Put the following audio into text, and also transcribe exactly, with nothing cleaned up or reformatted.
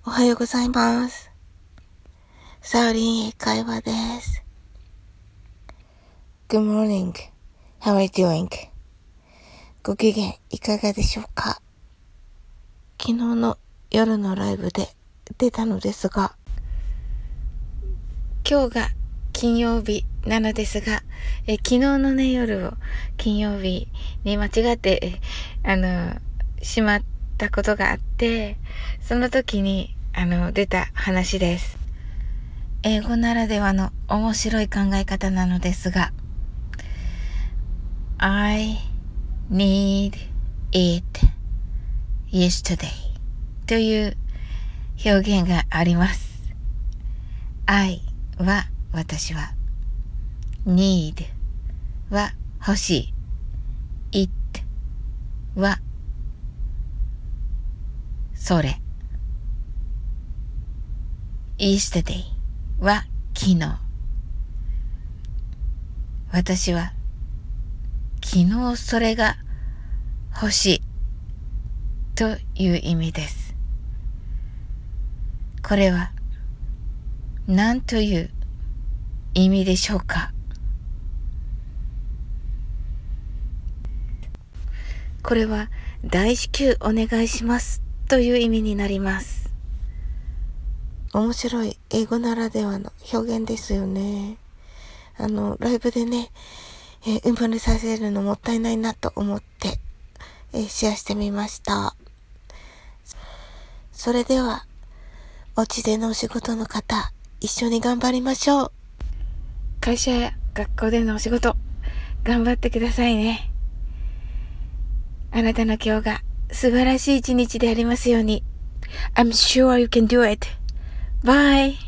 おはようございます。サウリン英会話です。Good morning. How are you doing? ご機嫌いかがでしょうか？昨日の夜のライブで出たのですが、今日が金曜日なのですが、え昨日のね夜を金曜日に間違ってあのしまったことがあって、その時にあの出た話です。英語ならではの面白い考え方なのですが、I need it yesterday という表現があります。I は私は、need は欲しい、it はそれ、yesterday は昨日。私は昨日それが欲しいという意味です。これは何という意味でしょうか？これは大至急お願いしますという意味になります。面白い英語ならではの表現ですよね。あのライブでね、えー、インプレさせるのもったいないなと思って、えー、シェアしてみました。それではお家でのお仕事の方、一緒に頑張りましょう。会社や学校でのお仕事、頑張ってくださいね。あなたの今日が素晴らしい一日でありますように。I'm sure you can do it. Bye.